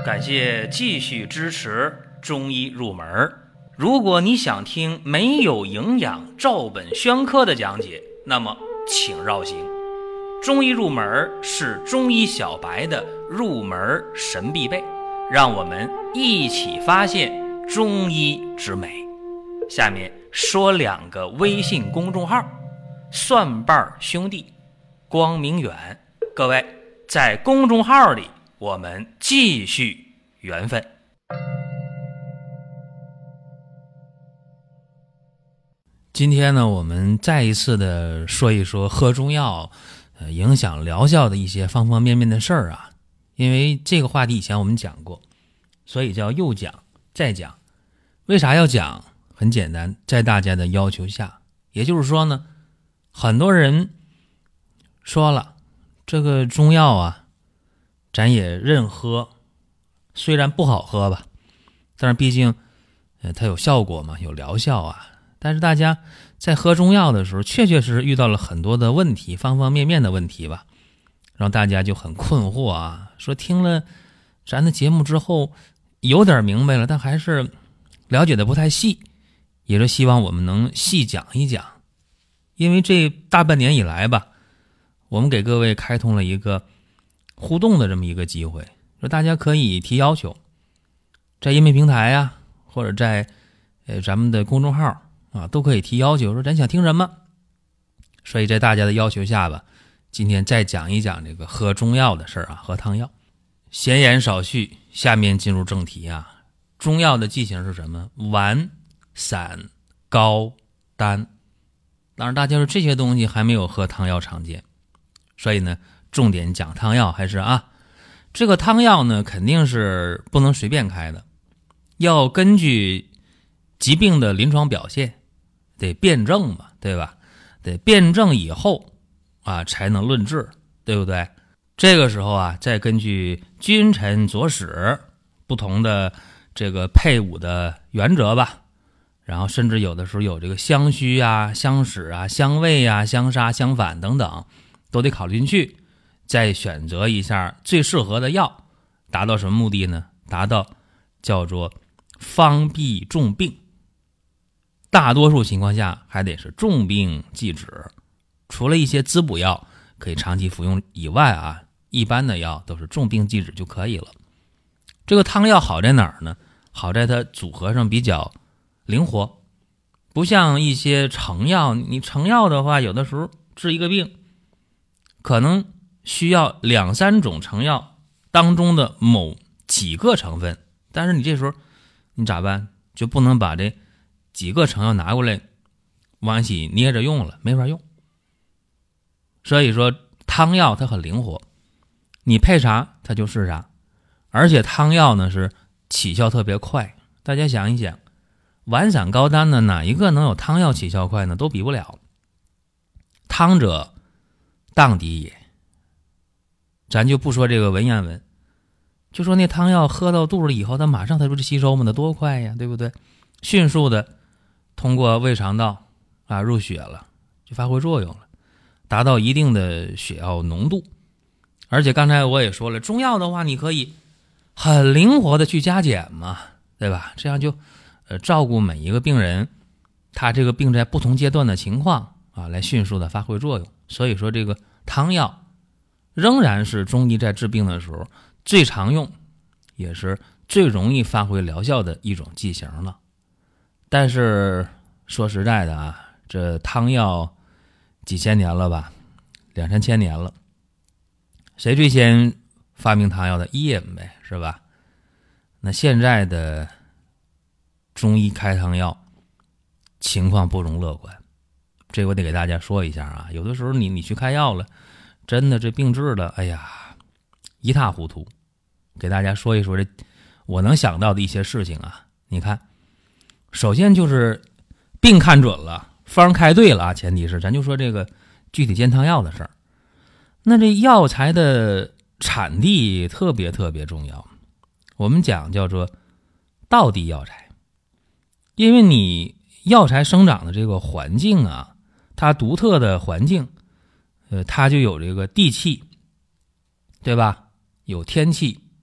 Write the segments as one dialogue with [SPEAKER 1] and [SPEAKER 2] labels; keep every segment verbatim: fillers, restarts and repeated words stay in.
[SPEAKER 1] 感谢继续支持中医入门。如果你想听没有营养照本宣科的讲解，那么请绕行。中医入门是中医小白的入门神必备，让我们一起发现中医之美。下面说两个微信公众号：蒜瓣兄弟、光明远。各位在公众号里，我们继续缘分。今天呢，我们再一次的说一说喝中药呃，影响疗效的一些方方面面的事儿啊。因为这个话题以前我们讲过，所以叫又讲再讲。为啥要讲？很简单，在大家的要求下，也就是说呢，很多人说了，这个中药啊，咱也认喝，虽然不好喝吧，但是毕竟呃它有效果嘛，有疗效啊。但是大家在喝中药的时候，确确实实遇到了很多的问题，方方面面的问题吧，让大家就很困惑啊。说听了咱的节目之后，有点明白了，但还是了解的不太细，也是希望我们能细讲一讲。因为这大半年以来吧，我们给各位开通了一个互动的这么一个机会，说大家可以提要求，在音频平台呀、啊，或者在呃咱们的公众号啊，都可以提要求，说咱想听什么。所以在大家的要求下吧，今天再讲一讲这个喝中药的事儿啊，喝汤药。闲言少叙，下面进入正题啊。中药的剂型是什么？丸、散、膏、丹。当然大家说这些东西还没有喝汤药常见，所以呢，重点讲汤药还是啊，这个汤药呢肯定是不能随便开的，要根据疾病的临床表现，得辩证嘛，对吧？得辩证以后啊，才能论治，对不对？这个时候啊，再根据君臣佐使不同的这个配伍的原则吧，然后甚至有的时候有这个相虚啊、相使啊、相位啊、相杀、相反等等，都得考虑进去，再选择一下最适合的药，达到什么目的呢？达到叫做方必重病。大多数情况下还得是重病忌止，除了一些滋补药可以长期服用以外啊，一般的药都是重病忌止就可以了。这个汤药好在哪儿呢？好在它组合上比较灵活，不像一些成药，你成药的话，有的时候治一个病，可能需要两三种成药当中的某几个成分，但是你这时候你咋办？就不能把这几个成药拿过来往一起捏着用了，没法用。所以说汤药它很灵活，你配啥它就是啥，而且汤药呢是起效特别快。大家想一想，丸散膏丹呢，哪一个能有汤药起效快呢？都比不了。汤者荡涤也，咱就不说这个文言文，就说那汤药喝到肚子里以后，它马上它就吸收嘛，那多快呀，对不对？迅速的通过胃肠道啊入血了，就发挥作用了，达到一定的血药浓度。而且刚才我也说了，中药的话你可以很灵活的去加减嘛，对吧？这样就呃照顾每一个病人他这个病在不同阶段的情况啊，来迅速的发挥作用。所以说这个汤药仍然是中医在治病的时候最常用也是最容易发挥疗效的一种剂型了。但是说实在的啊，这汤药几千年了吧，两三千年了，谁最先发明汤药的？医人呗，是吧？那现在的中医开汤药情况不容乐观，这我得给大家说一下啊。有的时候你你去开药了，真的这病治了，哎呀一塌糊涂。给大家说一说这我能想到的一些事情啊。你看，首先就是病看准了，方开对了啊，前提是咱就说这个具体煎汤药的事儿。那这药材的产地特别特别重要，我们讲叫做道地药材。因为你药材生长的这个环境啊，它独特的环境，呃，它就有这个地气，对吧？有天气，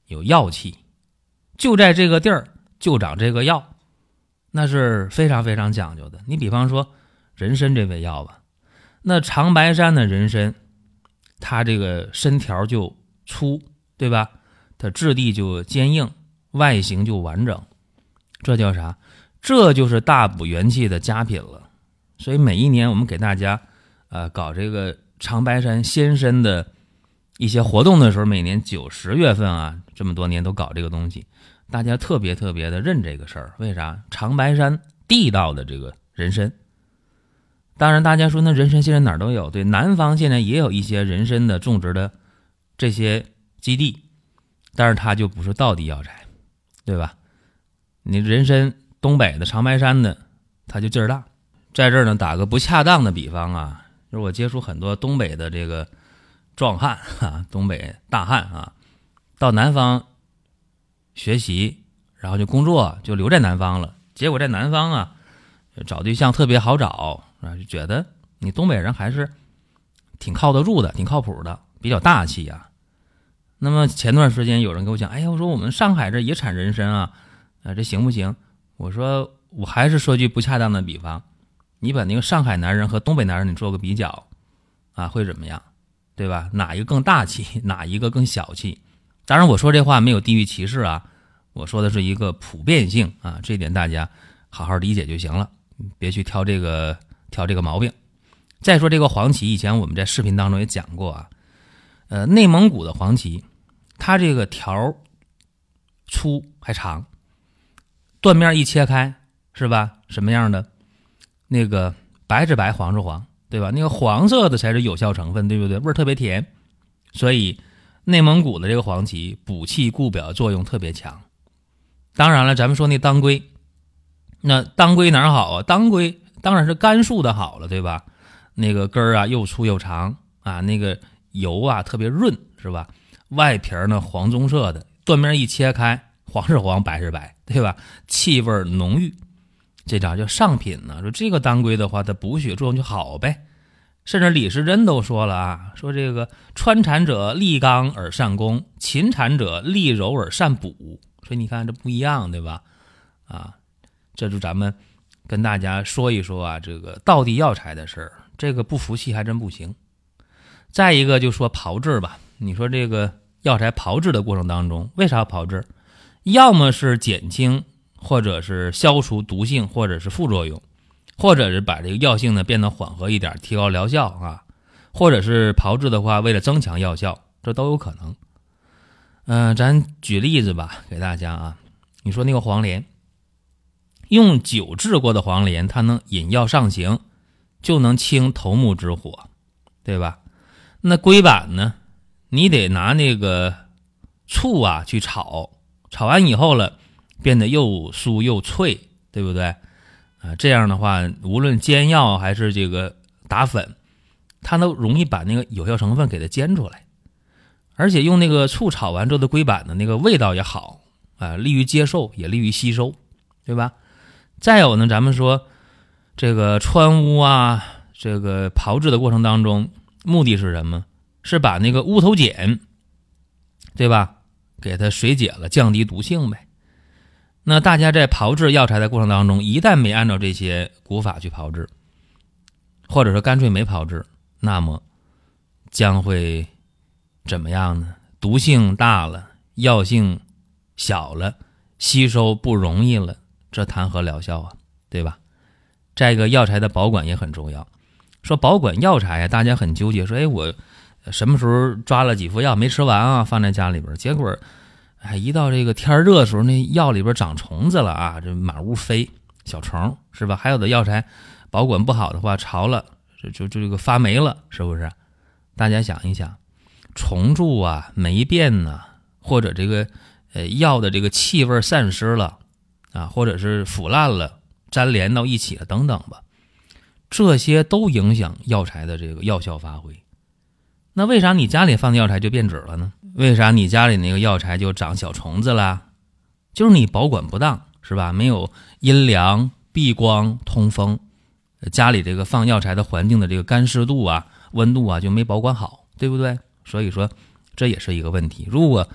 [SPEAKER 1] 有药气，就在这个地儿就长这个药，那是非常非常讲究的。你比方说人参这味药吧，那长白山的人参，它这个身条就粗，对吧？它质地就坚硬，外形就完整，这叫啥？这就是大补元气的佳品了。所以每一年我们给大家呃搞这个长白山鲜参的一些活动的时候，每年九十月份啊，这么多年都搞这个东西，大家特别特别的认这个事儿。为啥？长白山地道的这个人参。当然大家说那人参现在哪儿都有，对，南方现在也有一些人参的种植的这些基地，但是它就不是道地药材，对吧？你人参东北的长白山的它就劲儿大。在这儿呢打个不恰当的比方啊，就是我接触很多东北的这个壮汉啊，东北大汉啊，到南方学习，然后就工作，就留在南方了。结果在南方啊找对象特别好找啊，就觉得你东北人还是挺靠得住的，挺靠谱的，比较大气啊。那么前段时间有人跟我讲，哎呀，我说我们上海这也产人参啊，啊这行不行？我说我还是说句不恰当的比方，你把那个上海男人和东北男人你做个比较啊，会怎么样？对吧？哪一个更大气，哪一个更小气？当然我说这话没有地域歧视啊，我说的是一个普遍性啊，这点大家好好理解就行了，别去挑这个挑这个毛病。再说这个黄芪，以前我们在视频当中也讲过啊，呃，内蒙古的黄芪，它这个条粗还长，断面一切开，是吧？什么样的？那个白是白，黄是黄，对吧？那个黄色的才是有效成分，对不对？味儿特别甜，所以内蒙古的这个黄芪补气固表作用特别强。当然了，咱们说那当归，那当归哪儿好啊？当归当然是甘肃的好了，对吧？那个根儿啊又粗又长啊，那个油啊特别润，是吧？外皮呢黄棕色的，断面一切开，黄是黄，白是白，对吧？气味浓郁，这叫叫上品呢。说这个当归的话，它补血作用就好呗。甚至李时珍都说了啊，说这个川产者利刚而善功，秦产者利柔而善补。所以你看这不一样，对吧？啊，这就咱们跟大家说一说啊，这个道地药材的事儿，这个不服气还真不行。再一个就说炮制吧，你说这个药材炮制的过程当中，为啥要炮制？要么是减轻，或者是消除毒性，或者是副作用，或者是把这个药性呢变得缓和一点，提高疗效啊，或者是炮制的话，为了增强药效，这都有可能。嗯、呃，咱举例子吧，给大家啊。你说那个黄连，用酒制过的黄连，它能引药上行，就能清头目之火，对吧？那龟板呢，你得拿那个醋啊去炒，炒完以后了，变得又酥又脆，对不对？啊，这样的话，无论煎药还是这个打粉，它都容易把那个有效成分给它煎出来。而且用那个醋炒完之后的龟板的那个味道也好啊，利于接受，也利于吸收，对吧？再有呢，咱们说这个川乌啊，这个炮制的过程当中，目的是什么？是把那个乌头碱，对吧？给它水解了，降低毒性呗。那大家在炮制药材的过程当中，一旦没按照这些古法去炮制，或者说干脆没炮制，那么将会怎么样呢？毒性大了，药性小了，吸收不容易了，这谈何疗效啊，对吧？再一个，药材的保管也很重要。说保管药材啊，大家很纠结，说哎，我什么时候抓了几副药没吃完啊，放在家里边，结果哎，一到这个天热的时候，那药里边长虫子了啊，这满屋飞小虫，是吧？还有的药材保管不好的话，潮了就就就这个发霉了，是不是？大家想一想，虫蛀啊、霉变呐、啊，或者这个呃药的这个气味散失了啊，或者是腐烂了、粘连到一起了等等吧，这些都影响药材的这个药效发挥。那为啥你家里放的药材就变质了呢？为啥你家里那个药材就长小虫子啦？就是你保管不当，是吧？没有阴凉、避光、通风，家里这个放药材的环境的这个干湿度啊、温度啊就没保管好，对不对？所以说这也是一个问题。如果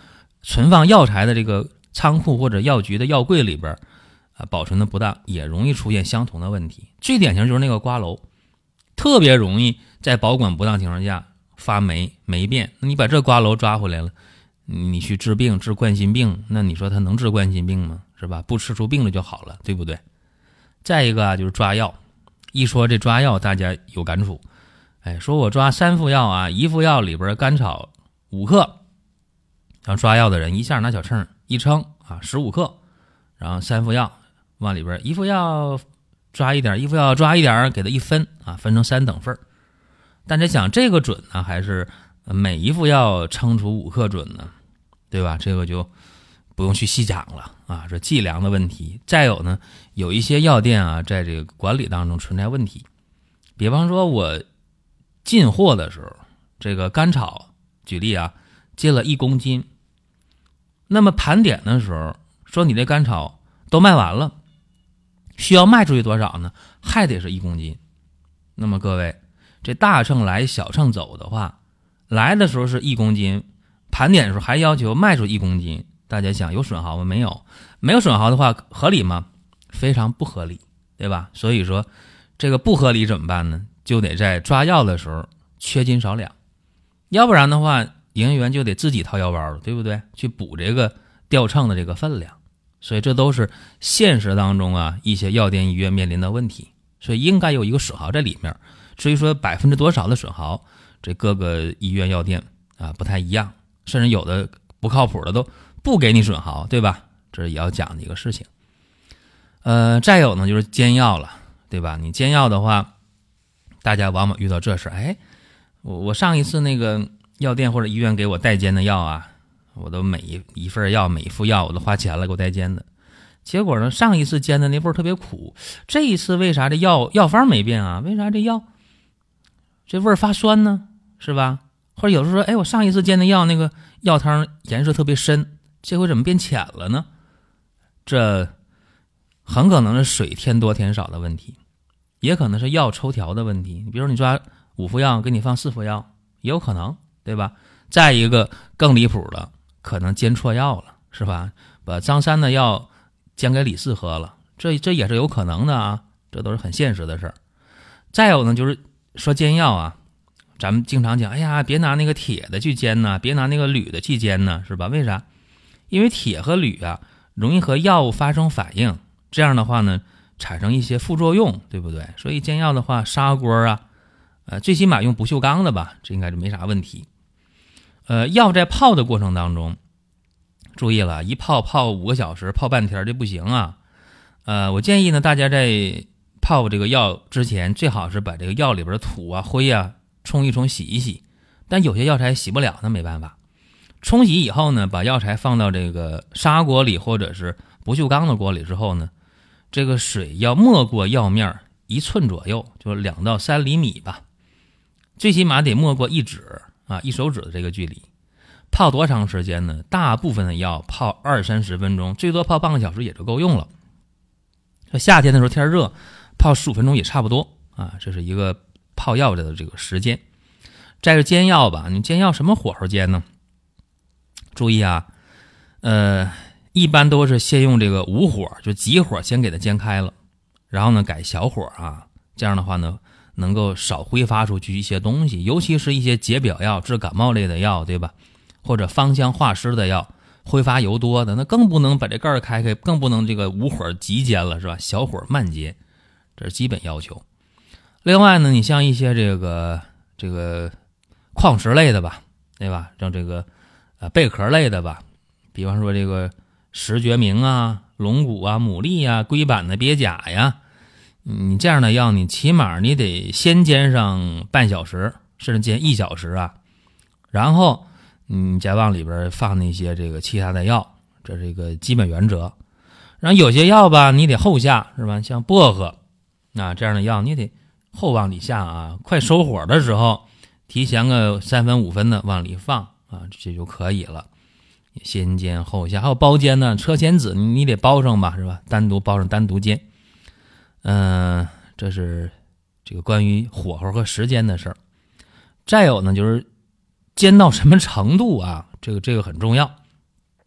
[SPEAKER 1] 存放药材的这个仓库或者药局的药柜里边啊，保存的不当，也容易出现相同的问题。最典型就是那个瓜蒌，特别容易在保管不当情况下发霉霉变。那你把这瓜蒌抓回来了，你去治病治冠心病，那你说它能治冠心病吗？是吧？不吃出病了就好了，对不对？再一个啊，就是抓药。一说这抓药，大家有感触。哎，说我抓三副药啊，一副药里边甘草五克，然后抓药的人一下拿小秤一称啊，十五克，然后三副药往里边，一副药抓一点，一副药抓一点，给它一分啊，分成三等份。大家想这个准呢，还是每一副药称出五克准呢？对吧？这个就不用去细讲了啊，这计量的问题。再有呢，有一些药店啊，在这个管理当中存在问题。比方说我进货的时候，这个甘草举例啊，进了一公斤，那么盘点的时候说你这甘草都卖完了，需要卖出去多少呢？还得是一公斤。那么各位，这大秤来小秤走的话，来的时候是一公斤，盘点的时候还要求卖出一公斤，大家想有损耗吗？没有。没有损耗的话合理吗？非常不合理，对吧？所以说这个不合理怎么办呢？就得在抓药的时候缺斤少两，要不然的话营业员就得自己掏腰包了，对不对？去补这个掉秤的这个分量。所以这都是现实当中啊一些药店医院面临的问题，所以应该有一个损耗在里面。至于说百分之多少的损耗，这各个医院药店啊不太一样，甚至有的不靠谱的都不给你损耗，对吧？这也要讲的一个事情。呃，再有呢就是煎药了，对吧？你煎药的话，大家往往遇到这事，哎，我我上一次那个药店或者医院给我代煎的药啊，我都每一一份药每一副药我都花钱了给我代煎的，结果呢上一次煎的那味儿特别苦，这一次为啥这药药方没变啊？为啥这药这味儿发酸呢？是吧？或者有时候说，哎，我上一次煎的药那个药汤颜色特别深，这回怎么变浅了呢？这很可能是水添多添少的问题，也可能是药抽调的问题。你比如你抓五副药给你放四副药也有可能，对吧？再一个更离谱的，可能煎错药了，是吧？把张三的药煎给李四喝了，这这也是有可能的啊，这都是很现实的事儿。再有呢就是说煎药啊，咱们经常讲，哎呀别拿那个铁的去煎呢，别拿那个铝的去煎呢，是吧？为啥？因为铁和铝啊容易和药物发生反应，这样的话呢产生一些副作用，对不对？所以煎药的话砂锅啊，呃最起码用不锈钢的吧，这应该是没啥问题。呃药在泡的过程当中注意了，一泡泡五个小时泡半天这不行啊。呃我建议呢大家在泡这个药之前最好是把这个药里边的土啊灰啊冲一冲洗一洗，但有些药材洗不了，那没办法。冲洗以后呢，把药材放到这个砂锅里或者是不锈钢的锅里之后呢，这个水要没过药面一寸左右，就两到三厘米吧，最起码得没过一指啊，一手指的这个距离。泡多长时间呢？大部分的药泡二三十分钟，最多泡半个小时也就够用了。夏天的时候天热，泡十五分钟也差不多啊，这是一个泡药的这个时间。再是煎药吧，你煎药什么火候煎呢？注意啊，呃，一般都是先用这个无火，就急火先给它煎开了，然后呢改小火啊，这样的话呢能够少挥发出去一些东西，尤其是一些解表药、治感冒类的药，对吧？或者芳香化湿的药，挥发油多的，那更不能把这盖儿开开，更不能这个无火急煎了，是吧？小火慢煎，这是基本要求。另外呢，你像一些这个这个矿石类的吧，对吧？像这个呃贝壳类的吧，比方说这个石决明啊、龙骨啊、牡蛎啊、龟板的鳖甲呀，你这样的药你起码你得先煎上半小时，甚至煎一小时啊，然后你再往里边放那些这个其他的药，这是一个基本原则。然后有些药吧你得后下，是吧？像薄荷啊这样的药你得后往里下啊，快收火的时候提前个三分五分的往里放啊，这就可以了。先煎后下，还有包煎呢，车前子你得包上吧，是吧？单独包上单独煎。嗯、呃，这是这个关于火候和时间的事儿。再有呢就是煎到什么程度啊，这个这个很重要。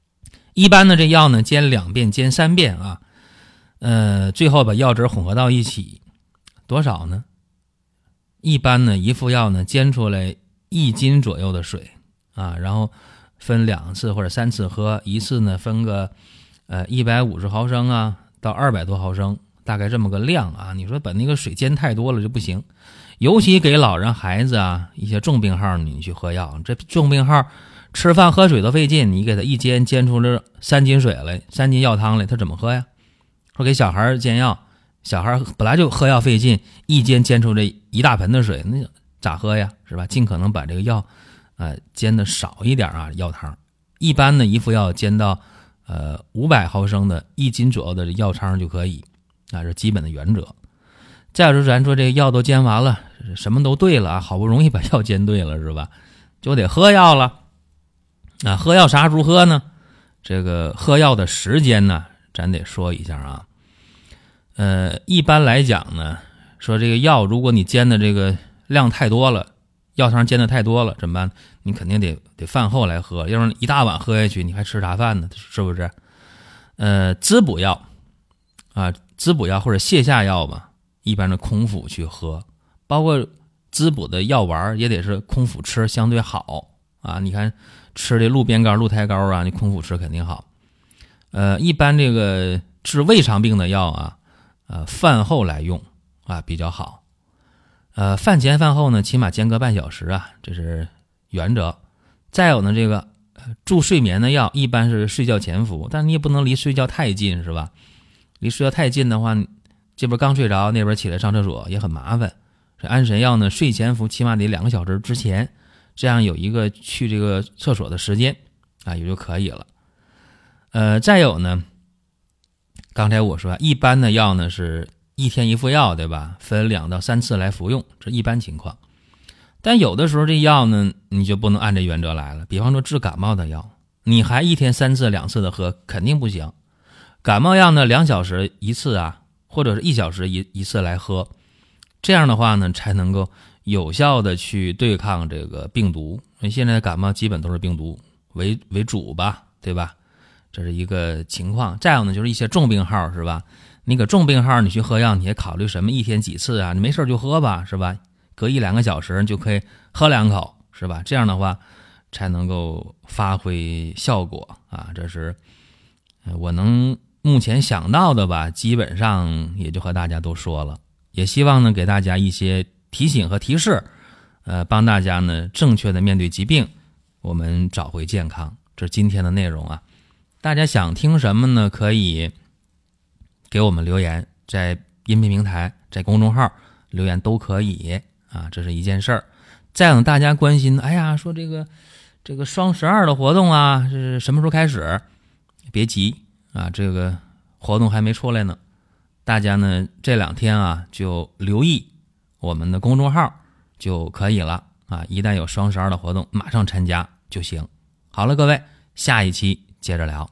[SPEAKER 1] 一般呢这药呢煎两遍煎三遍啊，呃，最后把药汁混合到一起，多少呢？一般呢一副药呢煎出来一斤左右的水啊，然后分两次或者三次喝，一次呢分个呃一百五十毫升啊到二百多毫升，大概这么个量啊。你说把那个水煎太多了就不行，尤其给老人孩子啊一些重病号你去喝药，这重病号吃饭喝水都费劲，你给他一煎煎出了三斤水来，三斤药汤来，他怎么喝呀？说给小孩煎药，小孩本来就喝药费劲，一煎煎出这一大盆的水，那咋喝呀？是吧？尽可能把这个药呃煎的少一点啊，药汤。一般呢一副药煎到呃五百毫升的一斤左右的药汤就可以啊，这基本的原则。再有就是咱说这个药都煎完了，什么都对了啊，好不容易把药煎对了是吧？就得喝药了啊。喝药啥时候喝呢？这个喝药的时间呢咱得说一下啊。呃一般来讲呢，说这个药如果你煎的这个量太多了，药汤煎的太多了怎么办？你肯定得得饭后来喝，要不然一大碗喝下去你还吃啥饭呢？是不是？呃滋补药啊，滋补药或者泻下药吧，一般是空腹去喝，包括滋补的药丸也得是空腹吃相对好啊。你看吃的鹿鞭膏、鹿胎膏啊，你空腹吃肯定好。呃一般这个治胃肠病的药啊，呃饭后来用啊比较好。呃饭前饭后呢起码间隔半小时啊，这是原则。再有呢这个助睡眠的药一般是睡觉前服，但你也不能离睡觉太近是吧？离睡觉太近的话，这边刚睡着那边起来上厕所也很麻烦。这安神药呢睡前服起码得两个小时之前，这样有一个去这个厕所的时间啊也就可以了。呃再有呢，刚才我说一般的药呢是一天一副药对吧，分两到三次来服用，这一般情况。但有的时候这药呢你就不能按这原则来了，比方说治感冒的药，你还一天三次两次的喝肯定不行。感冒药呢两小时一次啊，或者是一小时一一次来喝，这样的话呢才能够有效的去对抗这个病毒。现在感冒基本都是病毒为为主吧，对吧？这是一个情况。再有呢就是一些重病号是吧，你搁重病号你去喝药，你也考虑什么一天几次啊？你没事就喝吧是吧？隔一两个小时就可以喝两口是吧？这样的话才能够发挥效果啊。这是我能目前想到的吧，基本上也就和大家都说了，也希望呢给大家一些提醒和提示，呃，帮大家呢正确的面对疾病，我们找回健康。这是今天的内容啊。大家想听什么呢？可以给我们留言，在音频平台、在公众号留言都可以啊，这是一件事儿。再有大家关心，哎呀，说这个这个双十二的活动啊，是什么时候开始？别急啊，这个活动还没出来呢。大家呢这两天啊就留意我们的公众号就可以了啊，一旦有双十二的活动马上参加就行。好了各位，下一期接着聊。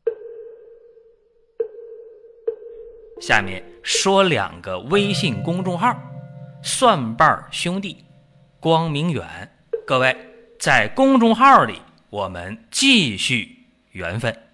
[SPEAKER 1] 下面说两个微信公众号，蒜瓣兄弟、光明远。各位在公众号里我们继续缘分。